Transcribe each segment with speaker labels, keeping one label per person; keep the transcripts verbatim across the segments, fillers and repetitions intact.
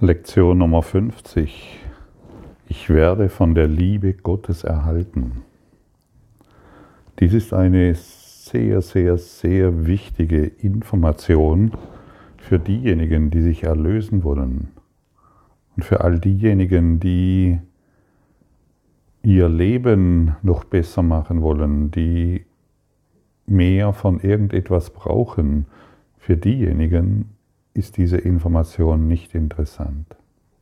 Speaker 1: Lektion Nummer fünfzig. Ich werde von der Liebe Gottes erhalten. Dies ist eine sehr, sehr, sehr wichtige Information für diejenigen, die sich erlösen wollen. Und für all diejenigen, die ihr Leben noch besser machen wollen, die mehr von irgendetwas brauchen, für diejenigen ist diese Information nicht interessant.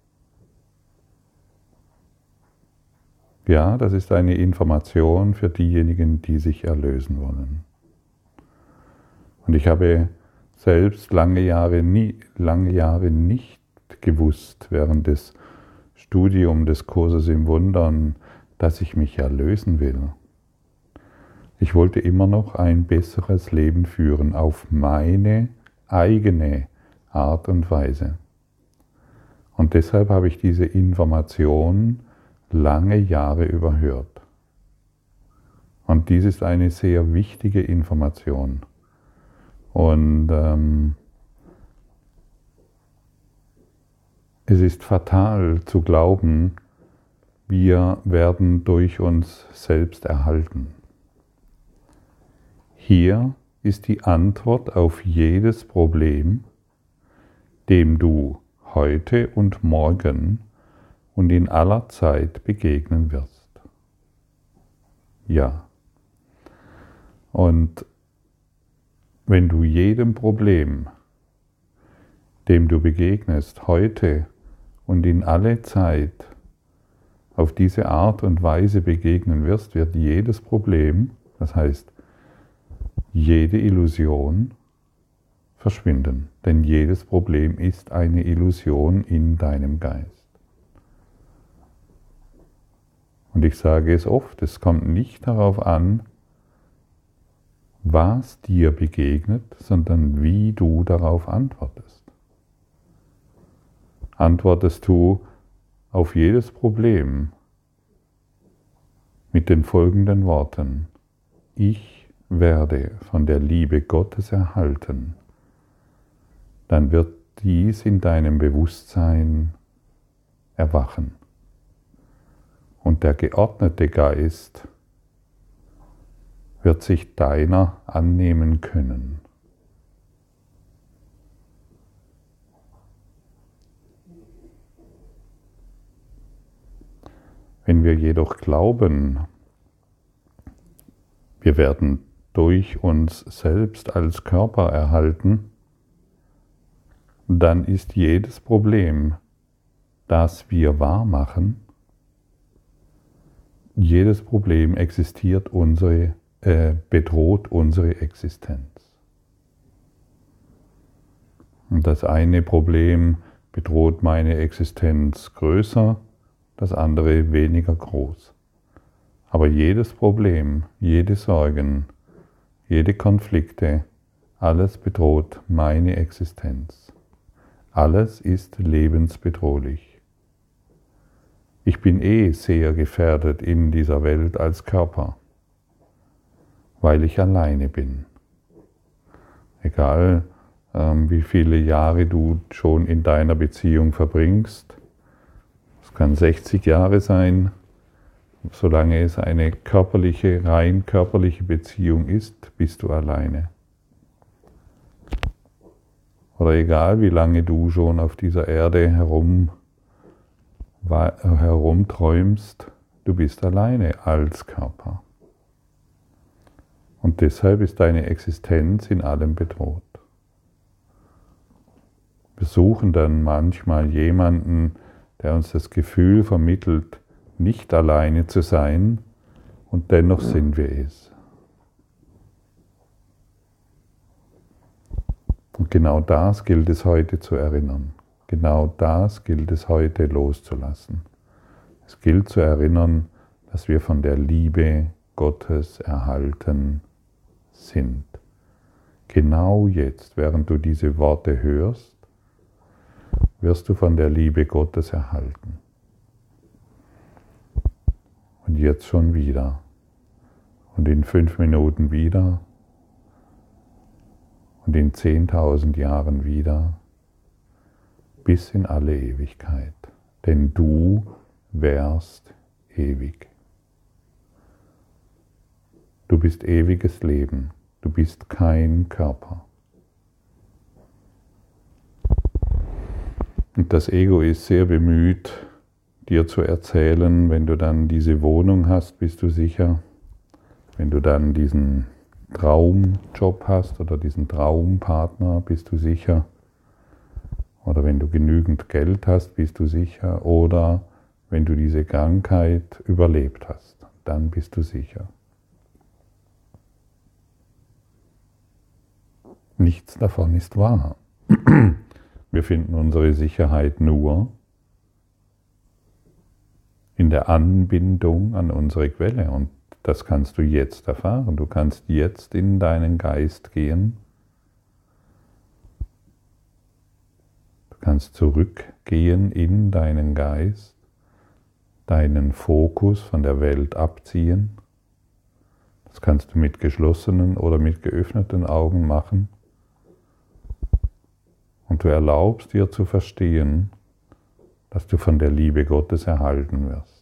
Speaker 1: Ja, das ist eine Information für diejenigen, die sich erlösen wollen. Und ich habe selbst lange Jahre, nie, lange Jahre nicht gewusst, während des Studiums des Kurses im Wundern, dass ich mich erlösen will. Ich wollte immer noch ein besseres Leben führen, auf meine eigene Art und Weise. Und deshalb habe ich diese Information lange Jahre überhört. Und dies ist eine sehr wichtige Information. Und ähm, es ist fatal zu glauben, wir werden durch uns selbst erhalten. Hier ist die Antwort auf jedes Problem, dem du heute und morgen und in aller Zeit begegnen wirst. Ja. Und wenn du jedem Problem, dem du begegnest, heute und in alle Zeit auf diese Art und Weise begegnen wirst, wird jedes Problem, das heißt jede Illusion, verschwinden. Denn jedes Problem ist eine Illusion in deinem Geist. Und ich sage es oft, es kommt nicht darauf an, was dir begegnet, sondern wie du darauf antwortest. Antwortest du auf jedes Problem mit den folgenden Worten: Ich werde von der Liebe Gottes erhalten, dann wird dies in deinem Bewusstsein erwachen. Und der geordnete Geist wird sich deiner annehmen können. Wenn wir jedoch glauben, wir werden durch uns selbst als Körper erhalten, dann ist jedes Problem, das wir wahrmachen, jedes Problem existiert unsere, äh, bedroht unsere Existenz. Und das eine Problem bedroht meine Existenz größer, das andere weniger groß. Aber jedes Problem, jede Sorgen, jede Konflikte, alles bedroht meine Existenz. Alles ist lebensbedrohlich. Ich bin eh sehr gefährdet in dieser Welt als Körper, weil ich alleine bin. Egal, ähm, wie viele Jahre du schon in deiner Beziehung verbringst, es kann sechzig Jahre sein, solange es eine körperliche, rein körperliche Beziehung ist, bist du alleine. Oder egal, wie lange du schon auf dieser Erde herum, herumträumst, du bist alleine als Körper. Und deshalb ist deine Existenz in allem bedroht. Wir suchen dann manchmal jemanden, der uns das Gefühl vermittelt, nicht alleine zu sein, und dennoch sind wir es. Und genau das gilt es heute zu erinnern. Genau das gilt es heute loszulassen. Es gilt zu erinnern, dass wir von der Liebe Gottes erhalten sind. Genau jetzt, während du diese Worte hörst, wirst du von der Liebe Gottes erhalten. Und jetzt schon wieder. Und in fünf Minuten wieder. Und in zehntausend Jahren wieder. bis in alle Ewigkeit. Denn du wärst ewig. Du bist ewiges Leben. Du bist kein Körper. Und das Ego ist sehr bemüht, dir zu erzählen, wenn du dann diese Wohnung hast, bist du sicher. Wenn du dann diesen Traumjob hast oder diesen Traumpartner, bist du sicher. Oder wenn du genügend Geld hast, bist du sicher. Oder wenn du diese Krankheit überlebt hast, dann bist du sicher. Nichts davon ist wahr. Wir finden unsere Sicherheit nur in der Anbindung an unsere Quelle. Und das kannst du jetzt erfahren. Du kannst jetzt in deinen Geist gehen. Du kannst zurückgehen in deinen Geist, deinen Fokus von der Welt abziehen. Das kannst du mit geschlossenen oder mit geöffneten Augen machen. Und du erlaubst dir zu verstehen, dass du von der Liebe Gottes erhalten wirst.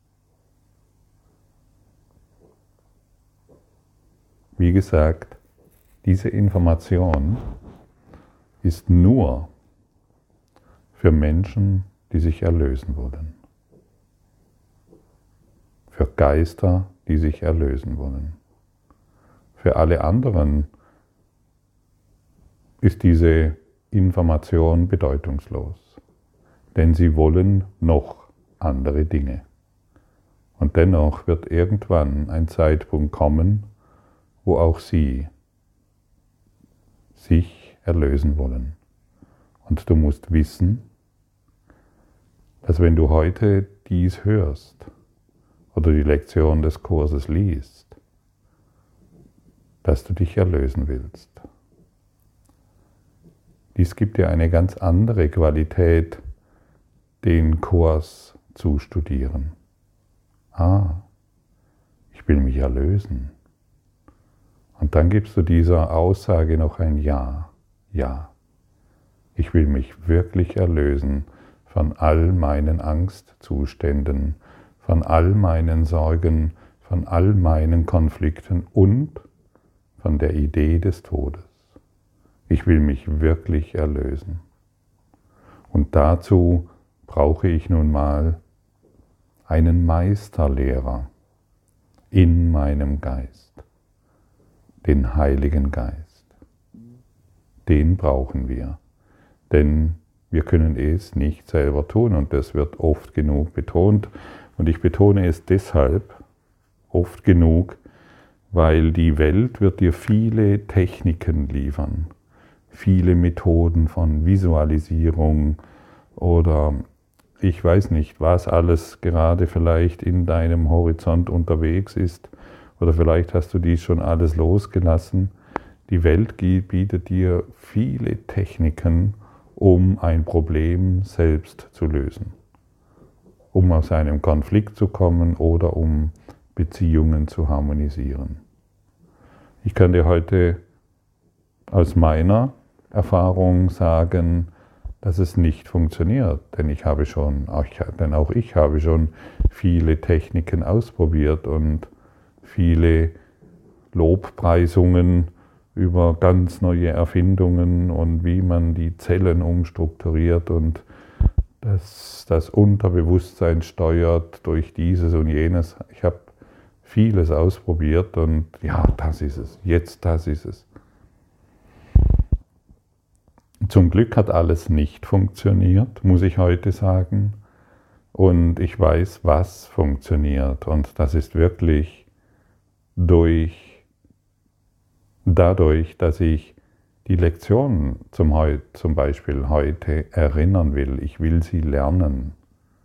Speaker 1: Wie gesagt, diese Information ist nur für Menschen, die sich erlösen wollen. Für Geister, die sich erlösen wollen. Für alle anderen ist diese Information bedeutungslos, denn sie wollen noch andere Dinge. Und dennoch wird irgendwann ein Zeitpunkt kommen, wo auch sie sich erlösen wollen. Und du musst wissen, dass wenn du heute dies hörst oder die Lektion des Kurses liest, dass du dich erlösen willst. Dies gibt dir eine ganz andere Qualität, den Kurs zu studieren. Ah, ich will mich erlösen. Und dann gibst du dieser Aussage noch ein Ja. Ja, ich will mich wirklich erlösen von all meinen Angstzuständen, von all meinen Sorgen, von all meinen Konflikten und von der Idee des Todes. Ich will mich wirklich erlösen. Und dazu brauche ich nun mal einen Meisterlehrer in meinem Geist, den Heiligen Geist. Den brauchen wir, denn wir können es nicht selber tun und das wird oft genug betont. Und ich betone es deshalb oft genug, weil die Welt wird dir viele Techniken liefern. Viele Methoden von Visualisierung oder ich weiß nicht, was alles gerade vielleicht in deinem Horizont unterwegs ist oder vielleicht hast du dies schon alles losgelassen. Die Welt bietet dir viele Techniken, um ein Problem selbst zu lösen, um aus einem Konflikt zu kommen oder um Beziehungen zu harmonisieren. Ich kann dir heute aus meiner Erfahrung sagen, dass es nicht funktioniert, denn ich habe schon, denn auch ich habe schon viele Techniken ausprobiert und viele Lobpreisungen über ganz neue Erfindungen und wie man die Zellen umstrukturiert und das, das Unterbewusstsein steuert durch dieses und jenes. Ich habe vieles ausprobiert und ja, das ist es, jetzt das ist es. Zum Glück hat alles nicht funktioniert, muss ich heute sagen. Und ich weiß, was funktioniert. Und das ist wirklich durch, dadurch, dass ich die Lektion zum, zum Beispiel heute erinnern will. Ich will sie lernen.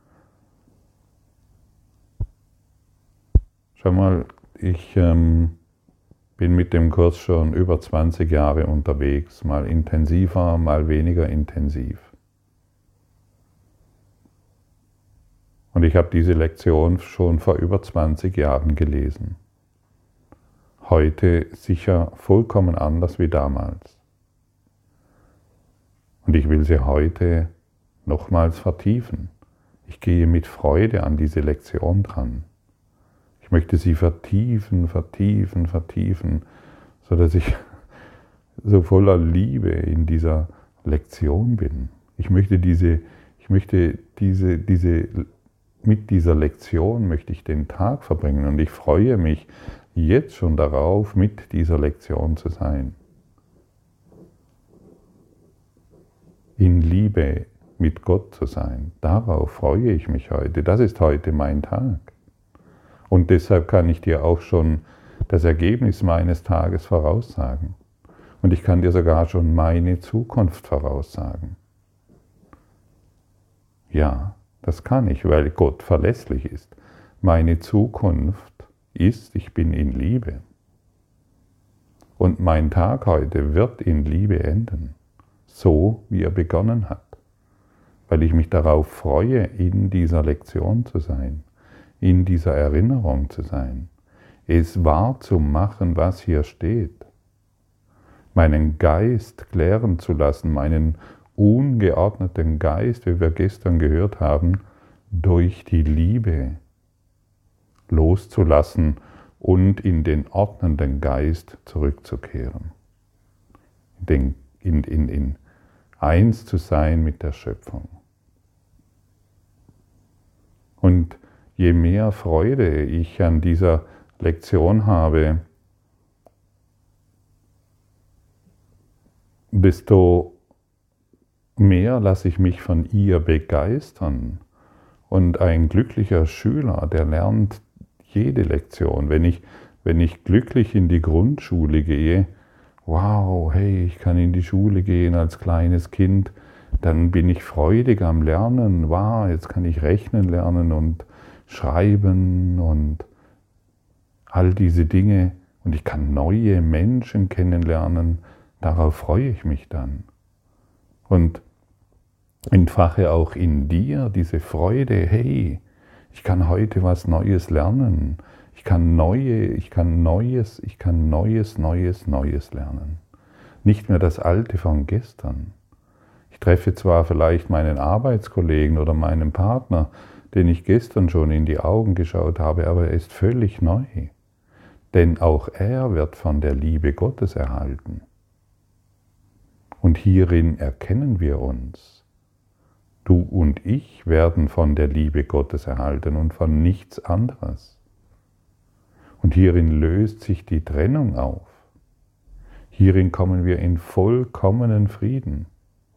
Speaker 1: Schau mal, ich ähm, bin mit dem Kurs schon über zwanzig Jahre unterwegs, mal intensiver, mal weniger intensiv. Und ich habe diese Lektion schon vor über zwanzig Jahren gelesen. Heute sicher vollkommen anders wie damals. Und ich will sie heute nochmals vertiefen. Ich gehe mit Freude an diese Lektion dran. Ich möchte sie vertiefen, vertiefen, vertiefen, sodass ich so voller Liebe in dieser Lektion bin. Ich möchte diese, ich möchte diese, diese, mit dieser Lektion möchte ich den Tag verbringen und ich freue mich jetzt schon darauf, mit dieser Lektion zu sein. In Liebe mit Gott zu sein, darauf freue ich mich heute. Das ist heute mein Tag. Und deshalb kann ich dir auch schon das Ergebnis meines Tages voraussagen. Und ich kann dir sogar schon meine Zukunft voraussagen. Ja, das kann ich, weil Gott verlässlich ist. Meine Zukunft ist, ich bin in Liebe. Und mein Tag heute wird in Liebe enden, so wie er begonnen hat. Weil ich mich darauf freue, in dieser Lektion zu sein, in dieser Erinnerung zu sein, es wahr zu machen, was hier steht, meinen Geist klären zu lassen, meinen ungeordneten Geist, wie wir gestern gehört haben, durch die Liebe loszulassen und in den ordnenden Geist zurückzukehren. In, in, in, in eins zu sein mit der Schöpfung. Und je mehr Freude ich an dieser Lektion habe, desto mehr lasse ich mich von ihr begeistern. Und ein glücklicher Schüler, der lernt jede Lektion. Wenn ich, wenn ich glücklich in die Grundschule gehe, wow, hey, ich kann in die Schule gehen als kleines Kind, dann bin ich freudig am Lernen. Wow, jetzt kann ich rechnen lernen und schreiben und all diese Dinge. Und ich kann neue Menschen kennenlernen. Darauf freue ich mich dann. Und entfache auch in dir diese Freude, hey, ich kann heute was Neues lernen. Ich kann neue, ich kann Neues, ich kann Neues, Neues, Neues lernen. Nicht mehr das Alte von gestern. Ich treffe zwar vielleicht meinen Arbeitskollegen oder meinen Partner, den ich gestern schon in die Augen geschaut habe, aber er ist völlig neu. Denn auch er wird von der Liebe Gottes erhalten. Und hierin erkennen wir uns. Du und ich werden von der Liebe Gottes erhalten und von nichts anderes. Und hierin löst sich die Trennung auf. Hierin kommen wir in vollkommenen Frieden.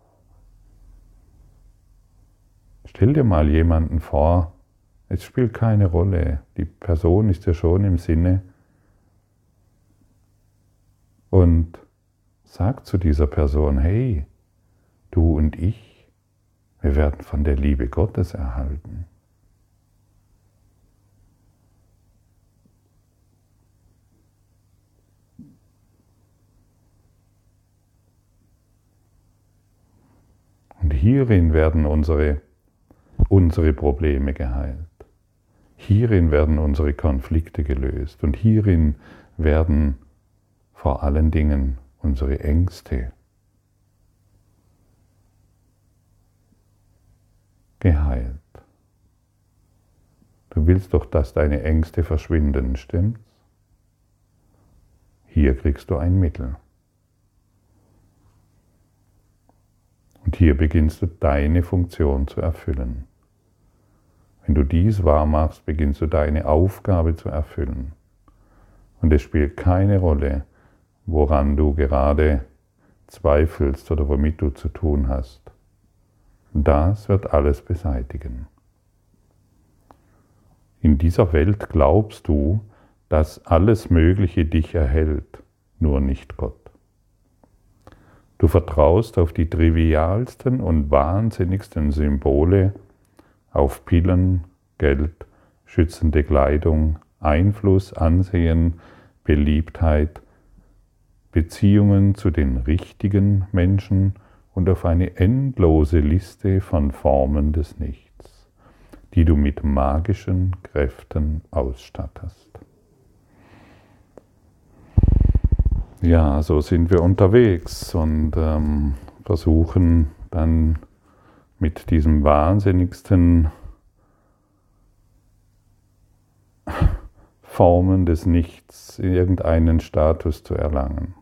Speaker 1: Stell dir mal jemanden vor, es spielt keine Rolle, die Person ist ja schon im Sinne, und sag zu dieser Person, hey, du und ich, wir werden von der Liebe Gottes erhalten. Und hierin werden unsere, unsere Probleme geheilt. Hierin werden unsere Konflikte gelöst. Und hierin werden vor allen Dingen unsere Ängste geheilt. Du willst doch, dass deine Ängste verschwinden, stimmt's? Hier kriegst du ein Mittel. Und hier beginnst du deine Funktion zu erfüllen. Wenn du dies wahr machst, beginnst du deine Aufgabe zu erfüllen. Und es spielt keine Rolle, woran du gerade zweifelst oder womit du zu tun hast. Das wird alles beseitigen. In dieser Welt glaubst du, dass alles Mögliche dich erhält, nur nicht Gott. Du vertraust auf die trivialsten und wahnsinnigsten Symbole, auf Pillen, Geld, schützende Kleidung, Einfluss, Ansehen, Beliebtheit, Beziehungen zu den richtigen Menschen und auf eine endlose Liste von Formen des Nichts, die du mit magischen Kräften ausstattest. Ja, so sind wir unterwegs und ähm, versuchen dann mit diesem wahnsinnigsten Formen des Nichts irgendeinen Status zu erlangen.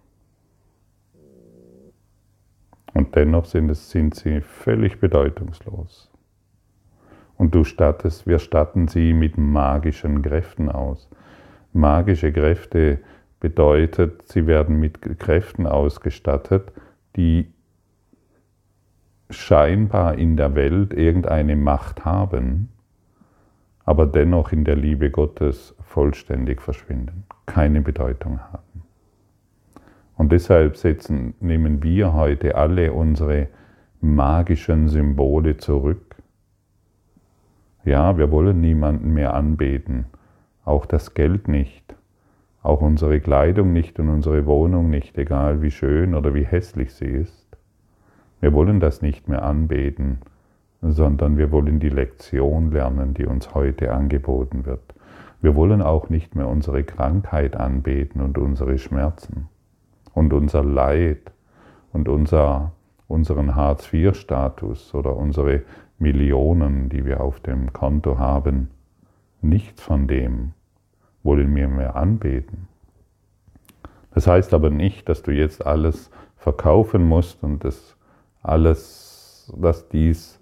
Speaker 1: Und dennoch sind, es, sind sie völlig bedeutungslos. Und du stattest, wir statten sie mit magischen Kräften aus. Magische Kräfte bedeutet, sie werden mit Kräften ausgestattet, die scheinbar in der Welt irgendeine Macht haben, aber dennoch in der Liebe Gottes vollständig verschwinden, keine Bedeutung haben. Und deshalb setzen, nehmen wir heute alle unsere magischen Symbole zurück. Ja, wir wollen niemanden mehr anbeten, auch das Geld nicht, auch unsere Kleidung nicht und unsere Wohnung nicht, egal wie schön oder wie hässlich sie ist. Wir wollen das nicht mehr anbeten, sondern wir wollen die Lektion lernen, die uns heute angeboten wird. Wir wollen auch nicht mehr unsere Krankheit anbeten und unsere Schmerzen und unser Leid und unser, unseren Hartz vier Status oder unsere Millionen, die wir auf dem Konto haben. Nichts von dem wollen wir mehr anbeten. Das heißt aber nicht, dass du jetzt alles verkaufen musst und das alles, dass dies,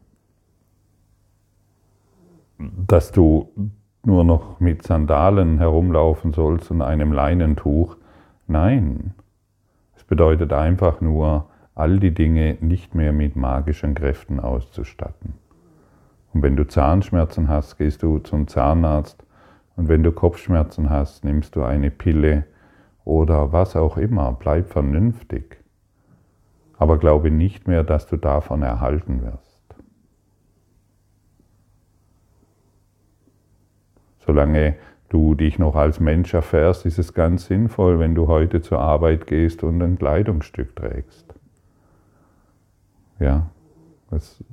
Speaker 1: dass du nur noch mit Sandalen herumlaufen sollst und einem Leinentuch. Nein, es bedeutet einfach nur, all die Dinge nicht mehr mit magischen Kräften auszustatten. Und wenn du Zahnschmerzen hast, gehst du zum Zahnarzt. Und wenn du Kopfschmerzen hast, nimmst du eine Pille oder was auch immer. Bleib vernünftig. Aber glaube nicht mehr, dass du davon erhalten wirst. Solange du dich noch als Mensch erfährst, ist es ganz sinnvoll, wenn du heute zur Arbeit gehst und ein Kleidungsstück trägst. Ja, das,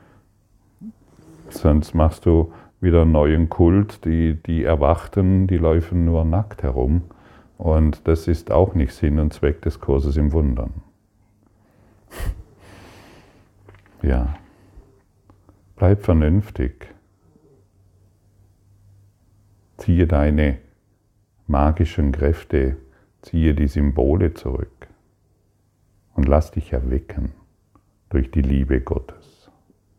Speaker 1: sonst machst du wieder einen neuen Kult, die, die Erwachten, die laufen nur nackt herum. Und das ist auch nicht Sinn und Zweck des Kurses im Wundern. Ja, bleib vernünftig. Ziehe deine magischen Kräfte, ziehe die Symbole zurück und lass dich erwecken durch die Liebe Gottes.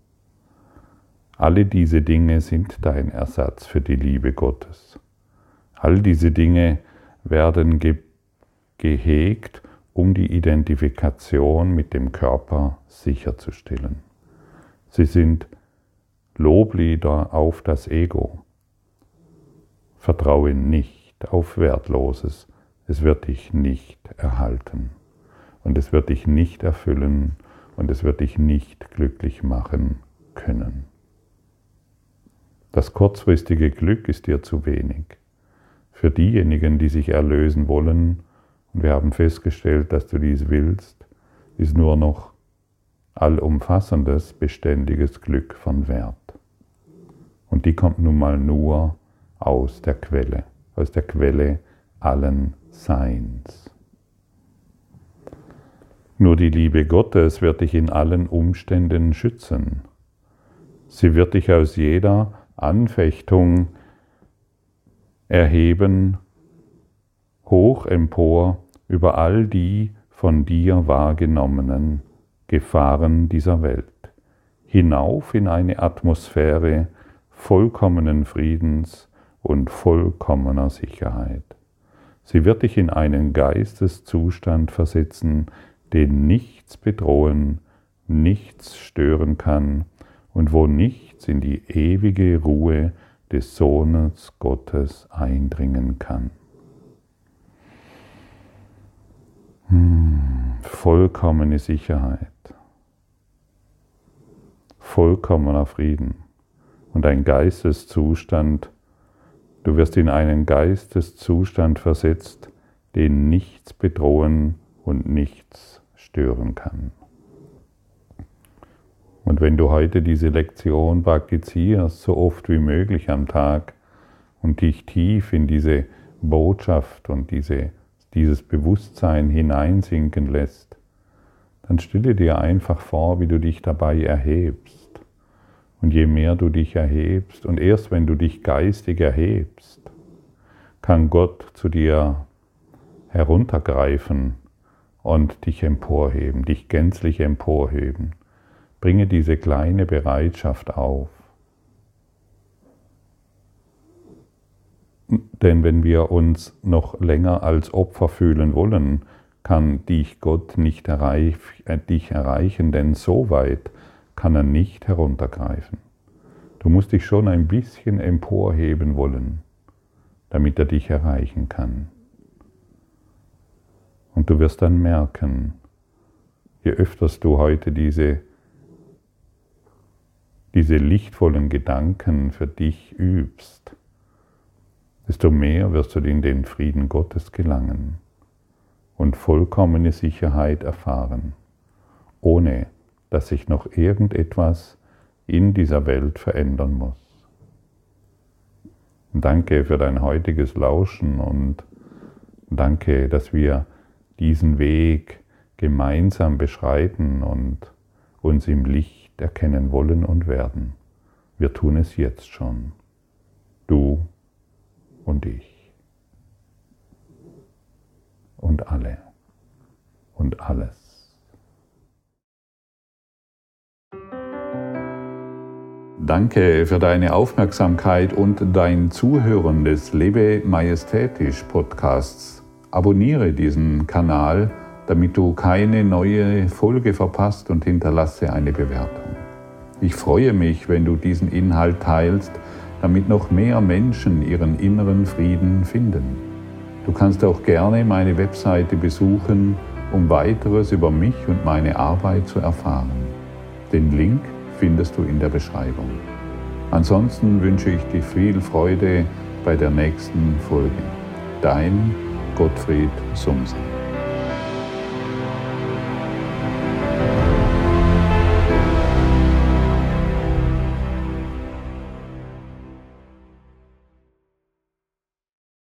Speaker 1: Alle diese Dinge sind dein Ersatz für die Liebe Gottes. All diese Dinge werden ge- gehegt, um die Identifikation mit dem Körper sicherzustellen. Sie sind Loblieder auf das Ego. Vertraue nicht auf Wertloses, es wird dich nicht erhalten und es wird dich nicht erfüllen und es wird dich nicht glücklich machen können. Das kurzfristige Glück ist dir zu wenig. Für diejenigen, die sich erlösen wollen, und wir haben festgestellt, dass du dies willst, ist nur noch allumfassendes, beständiges Glück von Wert. Und die kommt nun mal nur aus der Quelle, aus der Quelle allen Seins. Nur die Liebe Gottes wird dich in allen Umständen schützen. Sie wird dich aus jeder Anfechtung erheben, hoch empor über all die von dir wahrgenommenen Gefahren dieser Welt, hinauf in eine Atmosphäre vollkommenen Friedens und vollkommener Sicherheit. Sie wird dich in einen Geisteszustand versetzen, den nichts bedrohen, nichts stören kann und wo nichts in die ewige Ruhe des Sohnes Gottes eindringen kann. Hm, vollkommene Sicherheit, vollkommener Frieden und ein Geisteszustand. Du wirst in einen Geisteszustand versetzt, den nichts bedrohen und nichts stören kann. Und wenn du heute diese Lektion praktizierst, so oft wie möglich am Tag und dich tief in diese Botschaft und diese, dieses Bewusstsein hineinsinken lässt, dann stelle dir einfach vor, wie du dich dabei erhebst. Und je mehr du dich erhebst, und erst wenn du dich geistig erhebst, kann Gott zu dir heruntergreifen und dich emporheben, dich gänzlich emporheben. Bringe diese kleine Bereitschaft auf. Denn wenn wir uns noch länger als Opfer fühlen wollen, kann dich Gott nicht erreich, äh, dich erreichen, denn so weit kann er nicht heruntergreifen. Du musst dich schon ein bisschen emporheben wollen, damit er dich erreichen kann. Und du wirst dann merken, je öfter du heute diese, diese lichtvollen Gedanken für dich übst, desto mehr wirst du in den Frieden Gottes gelangen und vollkommene Sicherheit erfahren, ohne dass sich noch irgendetwas in dieser Welt verändern muss. Und danke für dein heutiges Lauschen und danke, dass wir diesen Weg gemeinsam beschreiten und uns im Licht erkennen wollen und werden. Wir tun es jetzt schon. Du und ich. Und alle. Und alles. Danke für deine Aufmerksamkeit und dein Zuhören des Lebe Majestätisch Podcasts. Abonniere diesen Kanal, damit du keine neue Folge verpasst, und hinterlasse eine Bewertung. Ich freue mich, wenn du diesen Inhalt teilst, damit noch mehr Menschen ihren inneren Frieden finden. Du kannst auch gerne meine Webseite besuchen, um weiteres über mich und meine Arbeit zu erfahren. Den Link findest du in der Beschreibung. Ansonsten wünsche ich dir viel Freude bei der nächsten Folge. Dein Gottfried Sumsen.